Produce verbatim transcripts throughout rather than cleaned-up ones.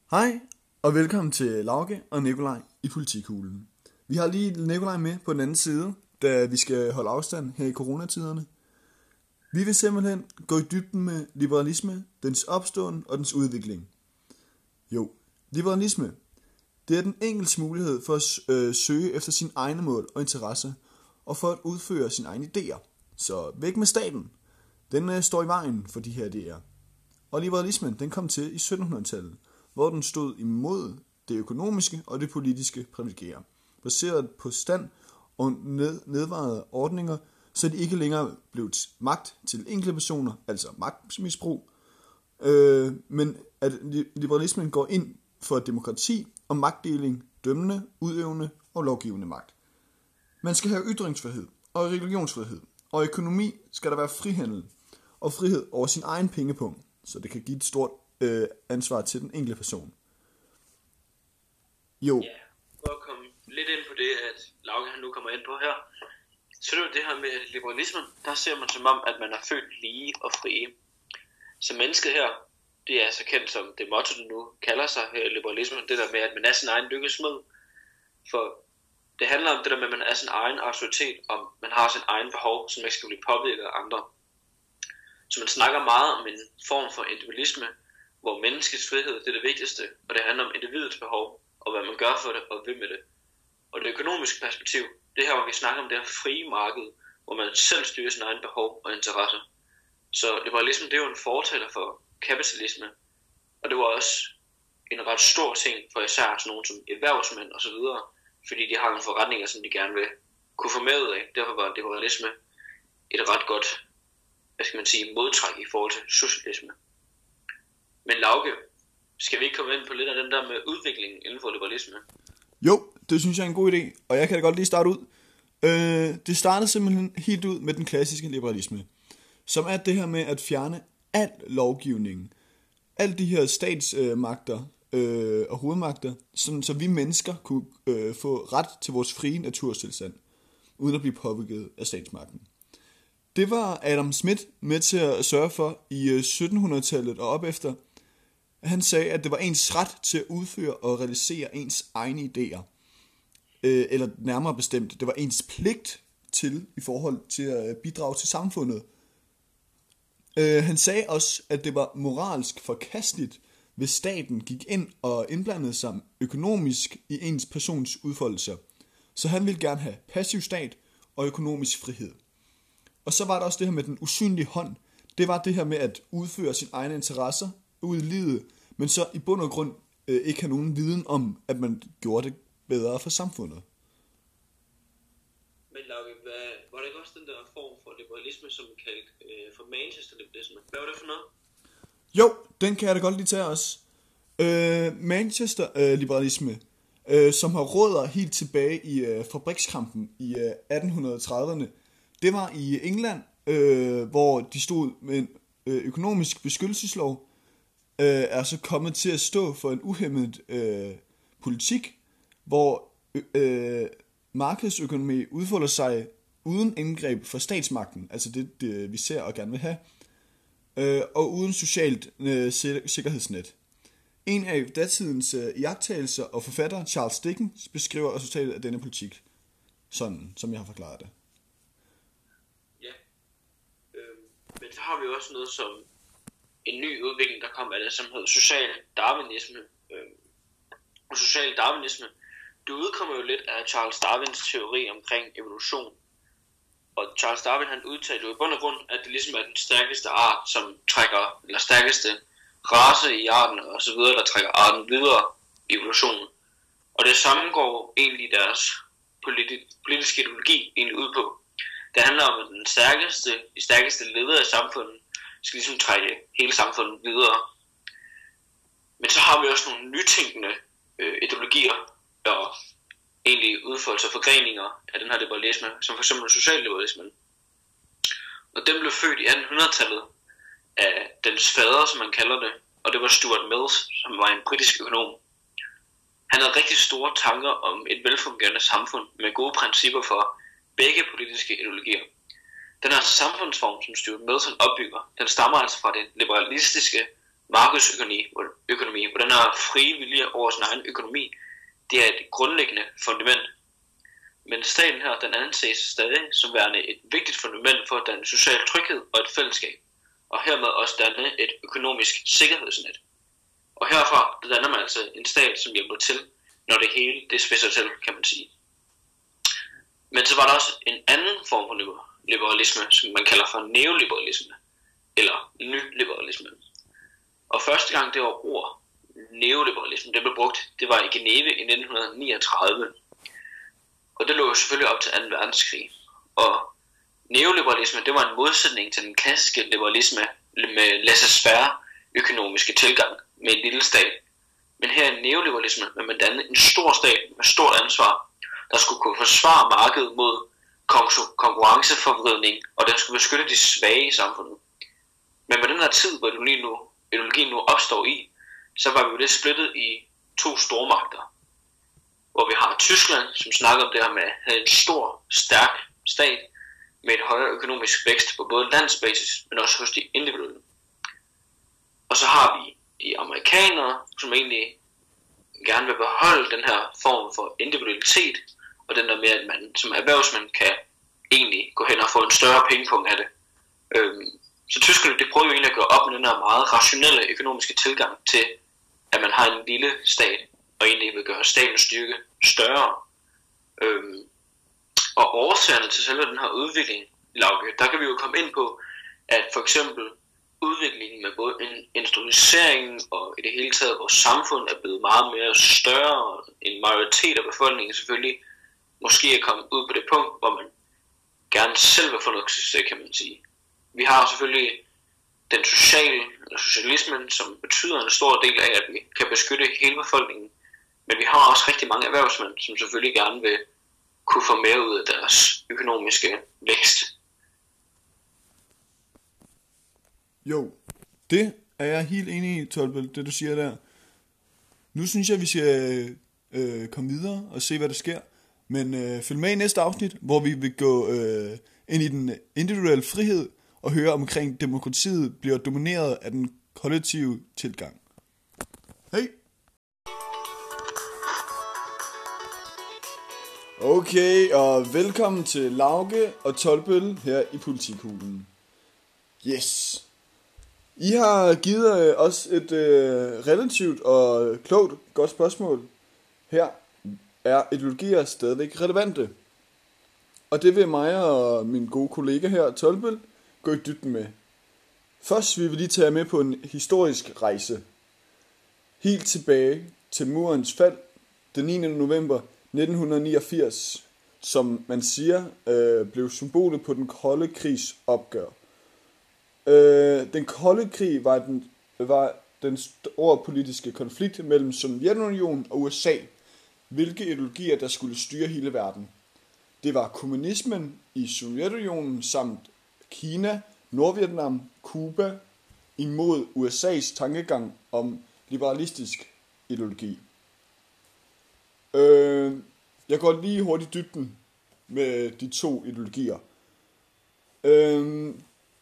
Hej og velkommen til Lauke og Nikolaj i Politikuglen. Vi har lige Nikolaj med på den anden side, da vi skal holde afstand her i coronatiderne. Vi vil simpelthen gå i dybden med liberalisme, dens opståen og dens udvikling. Jo, liberalisme, det er den enkeltes mulighed for at øh, søge efter sine egne mål og interesser, og for at udføre sine egne idéer. Så væk med staten. Den øh, står i vejen for de her idéer. Og liberalismen, den kom til i syttenhundredetallet, hvor den stod imod det økonomiske og det politiske privilegier, baseret på stand og ned- nedvejede ordninger, så de ikke længere blev magt til enkelte personer, altså magtmisbrug, øh, men at liberalismen går ind for demokrati og magtdeling, dømmende, udøvende og lovgivende magt. Man skal have ytringsfrihed og religionsfrihed, og økonomi skal der være frihandel og frihed over sin egen pengepunkt, så det kan give et stort øh, ansvar til den enkelte person. Jo. Ja, for at komme lidt ind på det, at Lauke han nu kommer ind på her, så er det jo det her med liberalismen, der ser man som om, at man er født lige og frie. Så mennesket her, det er så kendt som det motto, det nu kalder sig her i liberalismen, det der med, at man er sin egen lykkesmed. For det handler om det der med, at man er sin egen autoritet, om man har sin egen behov, som ikke skal blive påvirket af andre. Så man snakker meget om en form for individualisme, hvor menneskets frihed det er det vigtigste, og det handler om individets behov, og hvad man gør for det, og vil med det. Og det økonomiske perspektiv, det her, hvor vi snakker om det her frie marked, hvor man selv styrer sin egen behov og interesser. Så liberalisme, det er jo en fortaler for kapitalisme, og det var også en ret stor ting for især sådan nogen som erhvervsmænd og så videre, fordi de har nogle forretninger, som de gerne vil kunne få med ud af. Derfor var liberalisme et ret godt, hvad skal man sige, modtræk i forhold til socialisme. Men Lauke, skal vi ikke komme ind på lidt af den der med udviklingen inden for liberalisme? Jo, det synes jeg er en god idé, og jeg kan da godt lige starte ud. Øh, det startede simpelthen helt ud med den klassiske liberalisme, som er det her med at fjerne al lovgivning, alle de her statsmagter øh, og hovedmagter, sådan, så vi mennesker kunne øh, få ret til vores frie naturstilstand, uden at blive påvirket af statsmagten. Det var Adam Smith med til at sørge for i syttenhundredetallet og op efter. Han sagde, at det var ens ret til at udføre og realisere ens egne idéer. Øh, eller nærmere bestemt, det var ens pligt til i forhold til at bidrage til samfundet. Øh, han sagde også, at det var moralsk forkasteligt, hvis staten gik ind og indblandede sig økonomisk i ens persons udfoldelser. Så han ville gerne have passiv stat og økonomisk frihed. Og så var der også det her med den usynlige hånd. Det var det her med at udføre sine egne interesser ud i livet, men så i bund og grund øh, ikke have nogen viden om, at man gjorde det bedre for samfundet. Men Lauke, hvad, var det ikke også den der form for liberalisme, som kaldt øh, for Manchester liberalisme? Hvad var det for noget? Jo, den kan jeg da godt lige tage også. Øh, Manchester øh, liberalisme, øh, som har rødder helt tilbage i øh, fabrikskampen i øh, atten trediverne. Det var i England, øh, hvor de stod med en øh, økonomisk beskyttelseslov, øh, er så kommet til at stå for en uhæmmet øh, politik, hvor øh, markedsøkonomi udfolder sig uden indgreb fra statsmagten, altså det, det vi ser og gerne vil have, øh, og uden socialt øh, sikkerhedsnet. En af datidens øh, iagttagelser og forfatter, Charles Dickens, beskriver resultatet af denne politik, sådan som jeg har forklaret det. Ja, øh, men så har vi også noget som en ny udvikling, der kom af det, som hedder social darwinisme. Øh, og social darwinisme, det udkommer jo lidt af Charles Darwins teori omkring evolution. Og Charles Darwin han udtalte jo i bund og grund, at det ligesom er den stærkeste art, som trækker, eller stærkeste race i arten og så videre, der trækker arten videre i evolutionen. Og det samme går egentlig deres politi- politiske ideologi egentlig ud på. Det handler om, at den stærkeste, de stærkeste ledere i samfundet skal ligesom trække hele samfundet videre. Men så har vi også nogle nytænkende øh, ideologier og egentlig udfoldelser og forgreninger af den her liberalisme, som for eksempel socialliberalismen. Og den blev født i attenhundredetallet af dens fader, som man kalder det, og det var Stuart Mills, som var en britisk økonom. Han havde rigtig store tanker om et velfungerende samfund med gode principper for begge politiske ideologier. Den her samfundsform, som Stuart Mill opbygger, den stammer altså fra det liberalistiske markedsøkonomi, økonomi, hvor den her frie vilje over sin egen økonomi, det er et grundlæggende fundament. Men staten her, den anses stadig som værende et vigtigt fundament for at danne social tryghed og et fællesskab, og hermed også danne et økonomisk sikkerhedsnet. Og herfra der danner man altså en stat, som hjælper til, når det hele det spidser til, kan man sige. Men så var der også en anden form for liberalisme, som man kalder for neoliberalisme, eller nyliberalisme. Og første gang det var ord, neoliberalisme, det blev brugt, det var i Geneve i nitten niogtredive. Og det lå jo selvfølgelig op til anden verdenskrig. Og neoliberalisme, det var en modsætning til den klassiske liberalisme med laissez-faire økonomiske tilgang med en lille stat. Men her i neoliberalisme vil man danne en stor stat med stort ansvar, der skulle kunne forsvare markedet mod konkurrenceforvridning, og den skulle beskytte de svage i samfundet. Men med den her tid, hvor ideologien nu, ideologien nu opstår i, så var vi jo lidt splittet i to stormagter. Hvor vi har Tyskland, som snakker om det her med at have en stor, stærk stat med et højere økonomisk vækst på både landsbasis, men også hos de individuelle. Og så har vi de amerikanere, som egentlig gerne vil beholde den her form for individualitet, og den der med, at man som erhvervsmand kan egentlig gå hen og få en større pengepunkt af det. Øhm, så tyskerne, det prøver jo egentlig at gøre op med den her meget rationelle økonomiske tilgang til, at man har en lille stat, og egentlig vil gøre statens styrke større. Øhm, og årsagerne til selve den her udvikling, Lauke, der kan vi jo komme ind på, at for eksempel udviklingen med både en industrialisering og i det hele taget vores samfund er blevet meget mere større. En majoritet af befolkningen selvfølgelig måske er kommet ud på det punkt, hvor man gerne selv vil få noget succes, kan man sige. Vi har selvfølgelig den sociale, eller socialismen, som betyder en stor del af, at vi kan beskytte hele befolkningen. Men vi har også rigtig mange erhvervsmænd, som selvfølgelig gerne vil kunne få mere ud af deres økonomiske vækst. Jo, det er jeg helt enig i, Tolbel, det du siger der. Nu synes jeg, vi skal øh, komme videre og se, hvad der sker. Men øh, følg med i næste afsnit, hvor vi vil gå øh, ind i den individuelle frihed og høre omkring demokratiet bliver domineret af den kollektive tilgang. Hej! Okay, og velkommen til Lauke og Tolbøl her i Politikuglen. Yes! I har givet os et øh, relativt og klogt godt spørgsmål. Her er ideologier stadigvæk relevante. Og det vil mig og min gode kollega her, Tolbøl, gå i dybden med. Først vil vi lige tage med på en historisk rejse. Helt tilbage til murens fald den niende november nitten niogfirs, som man siger øh, blev symbolet på den kolde krigs opgør. Øh, den kolde krig var den, var den store politiske konflikt mellem Sovjetunionen og U S A, hvilke ideologier der skulle styre hele verden. Det var kommunismen i Sovjetunionen samt Kina, Nordvietnam, Cuba imod U S A's tankegang om liberalistisk ideologi. Øh, jeg går lige hurtigt dybden med de to ideologier. Øh,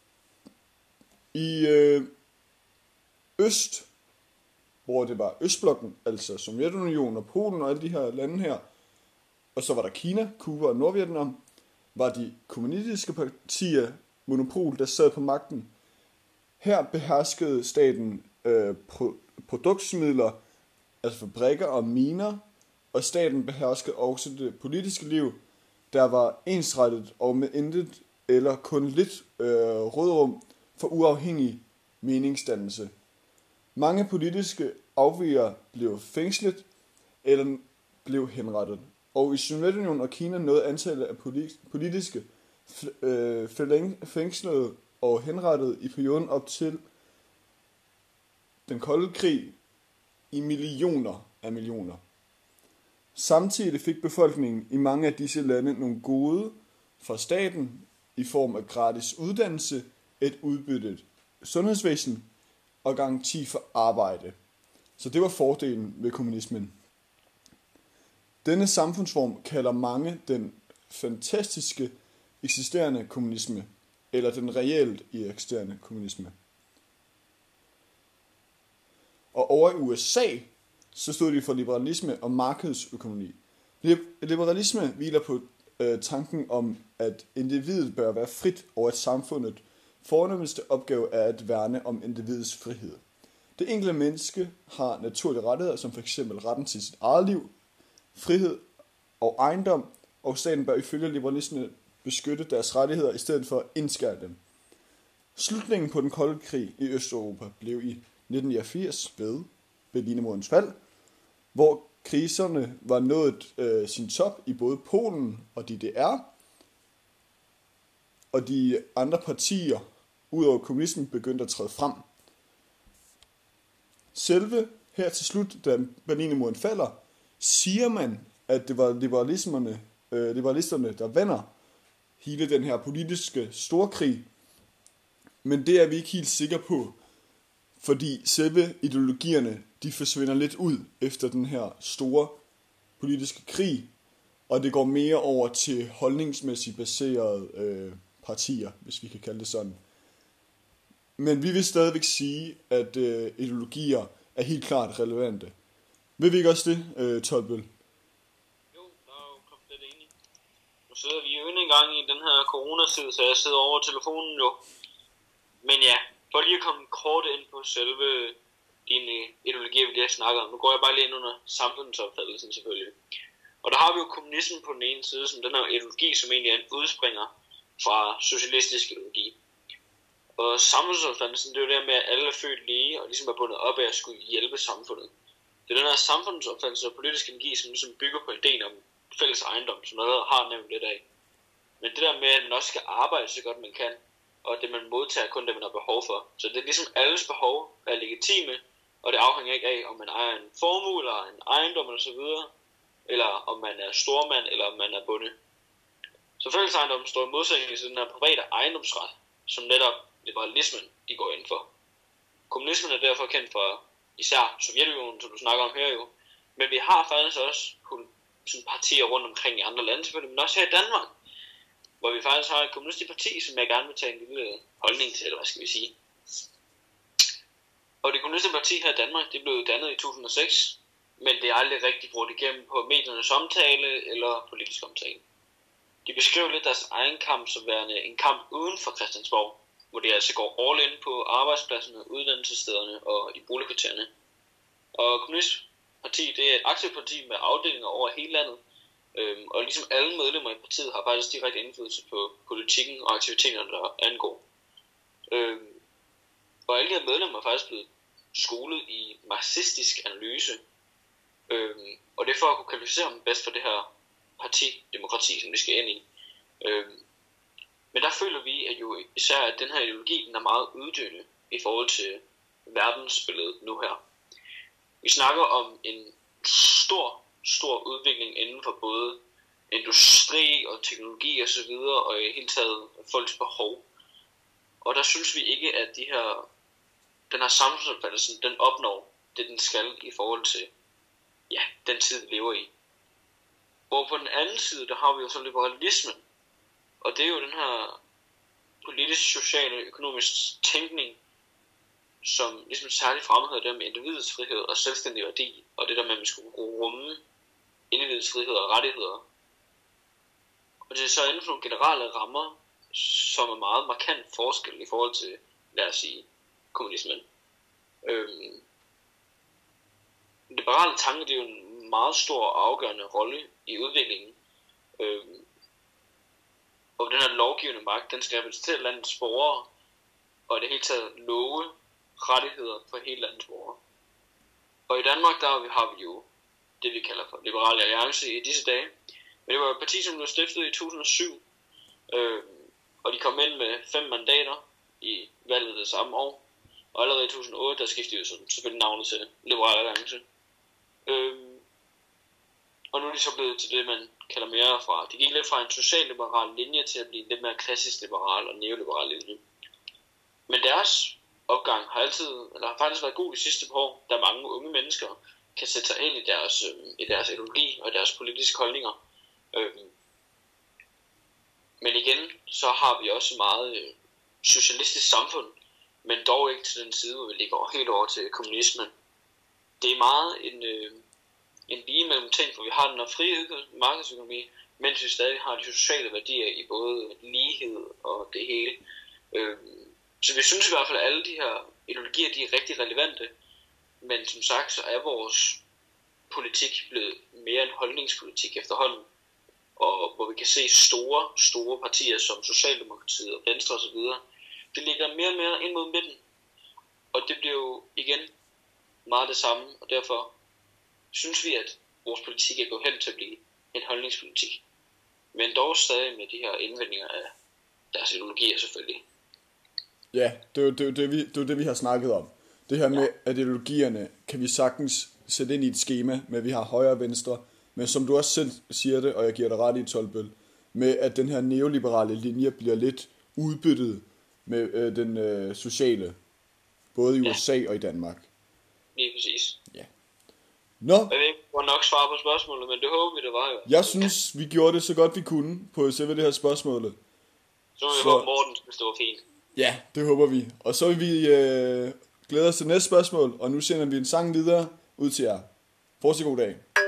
I øh, øst, hvor det var Østblokken, altså Sovjetunionen og Polen og alle de her lande her, og så var der Kina, Cuba og Nordvietnam, var de kommunistiske partier monopol, der sad på magten. Her beherskede staten øh, pro- produktionsmidler, altså fabrikker og miner, og staten beherskede også det politiske liv, der var ensrettet og med intet eller kun lidt øh, rådrum for uafhængig meningsdannelse. Mange politiske afvigere blev fængslet eller blev henrettet, og i Sovjetunionen og Kina nåede antallet af politiske øh, fængslede og henrettede i perioden op til den kolde krig i millioner af millioner. Samtidig fik befolkningen i mange af disse lande nogle gode fra staten i form af gratis uddannelse, et udbyttet sundhedsvæsen og garanti for arbejde. Så det var fordelen ved kommunismen. Denne samfundsform kalder mange den fantastiske eksisterende kommunisme, eller den reelt eksisterende kommunisme. Og over i U S A, så stod de for liberalisme og markedsøkonomi. Liberalisme hviler på øh, tanken om, at individet bør være frit, og at samfundet fornemmeste opgave er at værne om individets frihed. Det enkelte menneske har naturlige rettigheder, som f.eks. retten til sit eget liv, frihed og ejendom, og staten bør ifølge liberalisme beskytte deres rettigheder i stedet for at indskære dem. Slutningen på den kolde krig i Østeuropa blev i nitten niogfirs ved Berlinermurens fald, hvor kriserne var nået øh, sin top i både Polen og D D R, og de andre partier, udover kommunismen, begyndte at træde frem. Selve her til slut, da Berlinermuren falder, siger man, at det var liberalismerne, øh, liberalisterne, der vinder hele den her politiske storkrig. Men det er vi ikke helt sikre på, fordi selve ideologierne, de forsvinder lidt ud efter den her store politiske krig, og det går mere over til holdningsmæssigt baserede øh, partier, hvis vi kan kalde det sådan. Men vi vil stadigvæk sige, at øh, ideologier er helt klart relevante. Vil vi ikke også det, øh, Tolbøl? Jo, der er jo komplet enig. Nu sidder vi jo endnu en gang i den her coronatid, så jeg sidder over telefonen jo. Men ja, for lige at komme kort ind på selve dine ideologier, vi lige har snakket om. Nu går jeg bare lige ind under samfundsopfattelsen selvfølgelig. Og der har vi jo kommunismen på den ene side, som den her ideologi, som egentlig er en udspringer fra socialistisk ideologi. Og samfundsopfattelsen, det er jo det med, at alle er født lige, og ligesom er bundet op af at skulle hjælpe samfundet. Det er den her samfundsopfattelse og politisk energi, som ligesom bygger på ideen om fælles ejendom, som jeg har nævnt lidt af. Men det der med, at man også skal arbejde så godt man kan, og det man modtager kun det man har behov for. Så det er ligesom alles behov er legitime, og det afhænger ikke af, om man ejer en formue eller en ejendom eller så videre, eller om man er stormand eller om man er bonde. Så fælles ejendom står i modsætning til den her private ejendomsret, som netop liberalismen de går ind for. Kommunismen er derfor kendt for især Sovjetunionen, som du snakker om her jo, men vi har faktisk også sådan partier rundt omkring i andre lande selvfølgelig, men også her i Danmark, hvor vi faktisk har et kommunistisk parti, som jeg gerne vil tage en lille holdning til, eller hvad skal vi sige. Og det kommunistiske parti her i Danmark, det blev dannet i to tusind og seks, men det er aldrig rigtig brugt igennem på mediernes omtale eller politisk omtale. De beskriver lidt deres egen kamp som værende en kamp uden for Christiansborg, hvor de altså går all in på arbejdspladserne, uddannelsesstederne og i boligkvartererne. Og Kommunistisk Parti, det er et aktivt parti med afdelinger over hele landet, øhm, og ligesom alle medlemmer i partiet har faktisk direkte indflydelse på politikken og aktiviteterne, der angår. Øhm, og alle de her medlemmer er faktisk blevet skolet i marxistisk analyse, øhm, og det er for at kunne kvalificere dem bedst for det her partidemokrati, som vi skal ind i. Øhm, men der føler vi at jo især, at den her ideologi den er meget uddøende i forhold til verdensbilledet nu her. Vi snakker om en stor, stor udvikling inden for både industri og teknologi og så videre, og i hele taget folks behov. Og der synes vi ikke, at de her, den her samfundsopfattelse, den opnår det, den skal i forhold til ja, den tid, vi lever i. Hvor på den anden side, der har vi jo så liberalismen. Og det er jo den her politisk, sociale, økonomisk tænkning, som ligesom særligt fremhæver det med individets frihed og selvstændig værdi, og det der med, at man skulle rumme individets frihed og rettigheder. Og det er så inden for nogle generelle rammer, som er meget markant forskel i forhold til, lad os sige, kommunismen. Øhm, liberale tanker, det er jo en meget stor og afgørende rolle i udviklingen. Øhm, og den her lovgivende magt, den skal repræsentere landets borgere, og i det hele taget love rettigheder for hele landets borgere. Og i Danmark, der har vi jo det, vi kalder for Liberal Alliance i disse dage. Men det var et parti, som blev stiftet i to tusind og syv, øh, og de kom ind med fem mandater i valget det samme år. Og allerede i to tusind og otte, der skiftede de selvfølgelig navnet til Liberal Alliance. Øh, og nu er de så blevet til det, man kalder mere fra. De gik lidt fra en socialliberal linje til at blive lidt mere klassisk liberal og neoliberal linje. Men deres opgang har altid, eller har faktisk været god de sidste par år, da mange unge mennesker kan sætte sig ind i deres, øh, i deres ideologi og deres politiske holdninger. Øh, men igen, så har vi også meget øh, socialistisk samfund, men dog ikke til den side, hvor vi ligger helt over til kommunismen. det er meget en, øh, en lige mellem ting, for vi har den her frie markedsøkonomi, mens vi stadig har de sociale værdier i både lighed og det hele. Øh, så vi synes i hvert fald, at alle de her ideologier, de er rigtig relevante, men som sagt, så er vores politik blevet mere en holdningspolitik efterhånden, og hvor vi kan se store, store partier som Socialdemokratiet og Venstre osv., det ligger mere og mere ind mod midten, og det bliver jo igen meget det samme, og derfor synes vi, at vores politik er gået hen til at blive en holdningspolitik, men dog stadig med de her indvendinger af deres ideologier selvfølgelig. Ja, det er jo det, det, vi, det, er det, vi har snakket om. Det her med, at ideologierne kan vi sagtens sætte ind i et skema med, at vi har højre og venstre, men som du også selv siger det, og jeg giver dig ret i, Tolbøl, med at den her neoliberale linje bliver lidt udbyttet med øh, den øh, sociale, både i U S A ja. og i Danmark. Lige præcis. Ja. Nå. Jeg ved ikke, hvor nok svare på spørgsmålet, men det håber vi, det var jo. Jeg synes, vi gjorde det så godt vi kunne på selve det her spørgsmål. Så må vi så... håbe, Morten synes, det var fint. Ja, det håber vi. Og så vil vi øh, glæde os til næste spørgsmål, og nu sender vi en sang videre ud til jer. Fortsæt god dag.